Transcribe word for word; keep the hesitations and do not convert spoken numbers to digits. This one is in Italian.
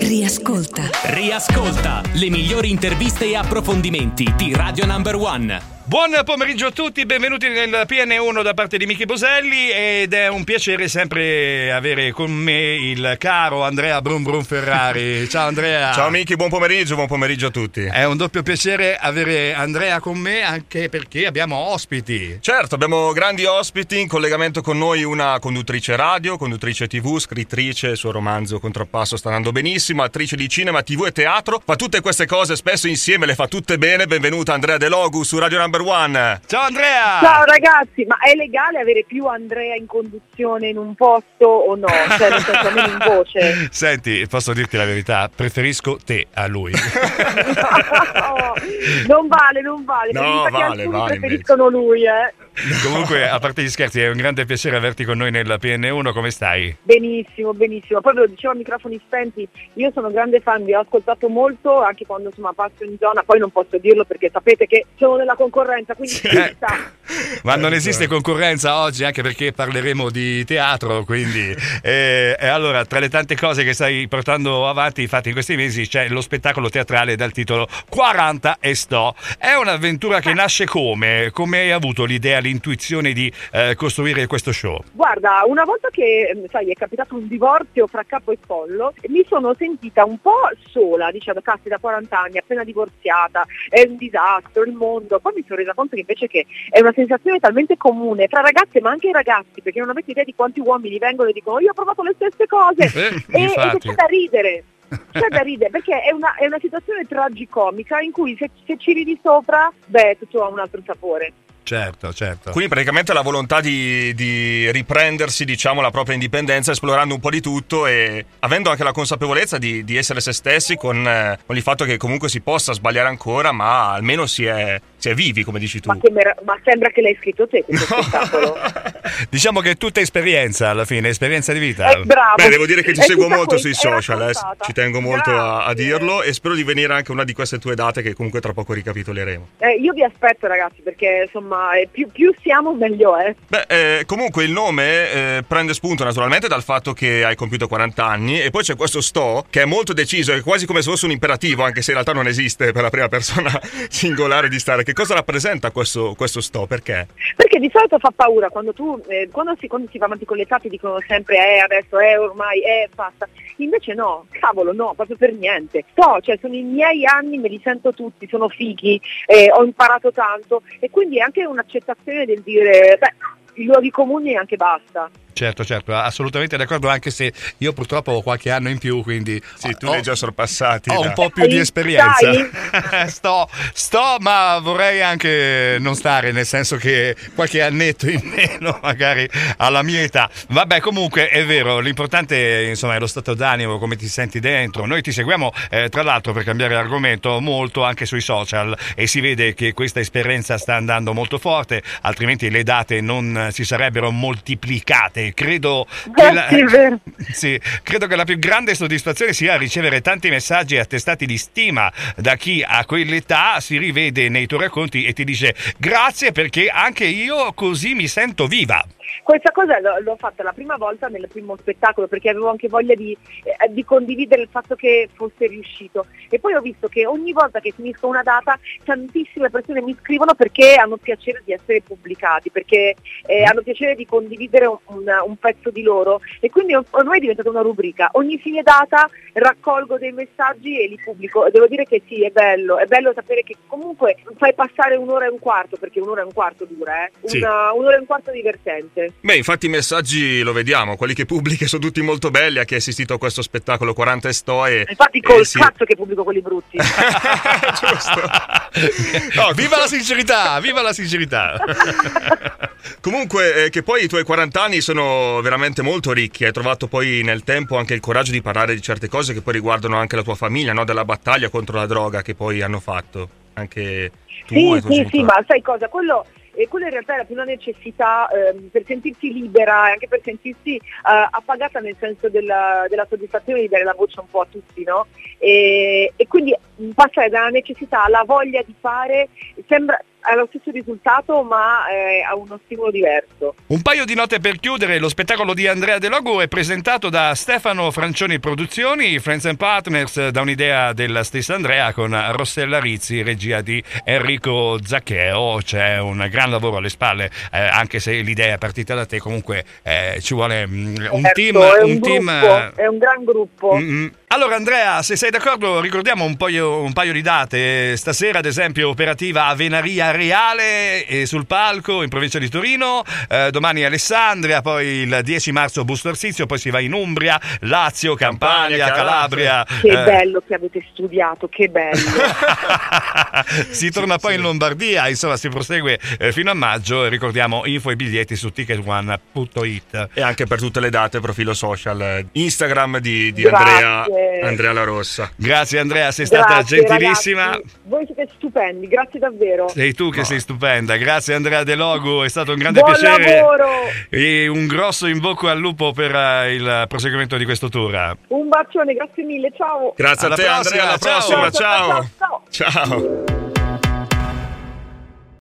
Riascolta. Riascolta le migliori interviste e approfondimenti di Radio Number One. Buon pomeriggio a tutti, benvenuti nel P N uno da parte di Michi Boselli ed è un piacere sempre avere con me il caro Andrea Brum Brum Ferrari. Ciao Andrea. Ciao Michi, buon pomeriggio, buon pomeriggio a tutti. È un doppio piacere avere Andrea con me anche perché abbiamo ospiti. Certo, abbiamo grandi ospiti, in collegamento con noi una conduttrice radio, conduttrice tivù, scrittrice, il suo romanzo Contrappasso sta andando benissimo, attrice di cinema, tivù e teatro, fa tutte queste cose spesso insieme, le fa tutte bene. Benvenuta Andrea De Logu su Radio Number One. Ciao Andrea. Ciao ragazzi, ma è legale avere più Andrea in conduzione in un posto o no? Cioè nel senso almeno in voce. Senti, posso dirti la verità, preferisco te a lui. No, non vale, non vale. No, perché vale, alcuni vale preferiscono lui, eh. Comunque, a parte gli scherzi, è un grande piacere averti con noi nel P N uno, come stai? Benissimo, benissimo. Poi ve lo dicevo a microfoni spenti, io sono grande fan, vi ho ascoltato molto anche quando insomma passo in zona, poi non posso dirlo perché sapete che sono nella concorrenza, quindi chi Eh, sa. Ma non esiste concorrenza oggi, anche perché parleremo di teatro, quindi eh, e allora tra le tante cose che stai portando avanti infatti in questi mesi c'è lo spettacolo teatrale dal titolo quaranta e sto. È un'avventura che nasce come? Come hai avuto l'idea, l'intuizione di eh, costruire questo show? Guarda, una volta che sai è capitato un divorzio fra capo e collo, mi sono sentita un po' sola, dicendo cazzo da quaranta anni, appena divorziata, è un disastro il mondo. Poi mi sono resa conto che invece che è una sensazione talmente comune tra ragazze ma anche ragazzi, perché non avete idea di quanti uomini vengono e dicono io ho provato le stesse cose Eh, e, infatti. e c'è da ridere. C'è da ridere perché è una, è una situazione tragicomica in cui se, se ci ridi sopra, beh, tutto ha un altro sapore. Certo, certo. Quindi praticamente la volontà di, di riprendersi, diciamo, la propria indipendenza, esplorando un po' di tutto e avendo anche la consapevolezza di, di essere se stessi con, eh, con il fatto che comunque si possa sbagliare ancora, ma almeno si è, si è vivi, come dici tu. Ma, che mer- ma sembra che l'hai scritto te questo spettacolo. Diciamo che è tutta esperienza alla fine, esperienza di vita. Eh, bravo. Beh, devo dire che ti È seguo tutta molto questa, sui è social, eh, raccontata. ci tengo molto a, a Grazie. dirlo e spero di venire anche una di queste tue date che comunque tra poco ricapitoleremo. Eh, io vi aspetto ragazzi perché insomma eh, più, più siamo meglio è. Beh, eh, comunque il nome eh, prende spunto naturalmente dal fatto che hai compiuto quaranta anni e poi c'è questo sto che è molto deciso, è quasi come se fosse un imperativo, anche se in realtà non esiste per la prima persona singolare di stare. Che cosa rappresenta questo, questo sto? Perché? Perché di solito fa paura quando tu eh, quando, si, quando si va avanti con l'età ti dicono sempre eh adesso eh ormai eh basta. Invece no, cavolo no, proprio per niente. No, cioè sono i miei anni, me li sento tutti, sono fighi, eh, ho imparato tanto e quindi è anche un'accettazione del dire beh, i luoghi comuni e anche basta. Certo, certo, assolutamente d'accordo, anche se io purtroppo ho qualche anno in più, quindi Sì, tu ho, li hai già sorpassati. ho da- un po' più di Stai? esperienza. sto, sto, ma vorrei anche non stare, nel senso che qualche annetto in meno magari alla mia età. Vabbè, comunque è vero, l'importante insomma è lo stato d'animo, come ti senti dentro. Noi ti seguiamo eh, tra l'altro, per cambiare argomento, molto anche sui social e si vede che questa esperienza sta andando molto forte, altrimenti le date non si sarebbero moltiplicate. Credo che, la, Sì, è vero. sì, credo che la più grande soddisfazione sia ricevere tanti messaggi attestati di stima da chi a quell'età si rivede nei tuoi racconti e ti dice grazie perché anche io così mi sento viva. Questa cosa l'ho, l'ho fatta la prima volta nel primo spettacolo perché avevo anche voglia di, eh, di condividere il fatto che fosse riuscito e poi ho visto che ogni volta che finisco una data tantissime persone mi scrivono perché hanno piacere di essere pubblicati, perché eh, hanno piacere di condividere un, un, un pezzo di loro e quindi ormai è diventata una rubrica. Ogni fine data raccolgo dei messaggi e li pubblico e devo dire che sì, è bello, è bello sapere che comunque fai passare un'ora e un quarto, perché un'ora e un quarto dura, eh? Sì. Una, un'ora e un quarto divertente. Beh, infatti i messaggi lo vediamo, quelli che pubblichi sono tutti molto belli, a chi ha assistito a questo spettacolo quaranta e sto e... Infatti col e sì. cazzo che pubblico quelli brutti. Giusto. No, viva la sincerità, viva la sincerità. Comunque, eh, che poi i tuoi quaranta anni sono veramente molto ricchi, hai trovato poi nel tempo anche il coraggio di parlare di certe cose che poi riguardano anche la tua famiglia, no? Della battaglia contro la droga che poi hanno fatto, anche tu Sì, e i tuoi sì, genitori. sì, ma sai cosa? Quello, eh, quello in realtà era più una necessità ehm, per sentirsi libera e anche per sentirsi eh, appagata nel senso della, della soddisfazione di dare la voce un po' a tutti, no? E, e quindi passare dalla necessità alla voglia di fare sembra, ha lo stesso risultato, ma eh, ha uno stimolo diverso. Un paio di note per chiudere: lo spettacolo di Andrea De Logo è presentato da Stefano Francioni Produzioni, Friends and Partners, da un'idea della stessa Andrea, con Rossella Rizzi, regia di Enrico Zaccheo. C'è un gran lavoro alle spalle, eh, anche se l'idea è partita da te, comunque eh, ci vuole mm, un Certo, team. è un, un gruppo, team è un gran gruppo. Mm-hmm. Allora Andrea, se sei d'accordo, ricordiamo un paio, un paio di date. Stasera ad esempio operativa a Venaria Reale, e sul palco in provincia di Torino, eh, domani Alessandria, poi il dieci marzo Busto Arsizio, poi si va in Umbria, Lazio, Campania, Campania, Calabria. Che eh. bello che avete studiato, che bello. Si torna poi in Lombardia, insomma si prosegue eh, fino a maggio, e ricordiamo info e biglietti su ticket one punto it. E anche per tutte le date profilo social Instagram di, di Grazie. Andrea Andrea La Rossa. Grazie Andrea, sei stata Grazie, gentilissima. ragazzi. Voi siete stupendi, grazie davvero. Sei tu che No. sei stupenda. Grazie Andrea De Logo, è stato un grande Buon piacere. lavoro. E un grosso in bocca al lupo per uh, il proseguimento di questo tour. Un bacione, grazie mille, ciao. Grazie Alla a te prossima, Andrea, alla ciao. prossima, Ciao, ciao, ciao. ciao, ciao. Ciao.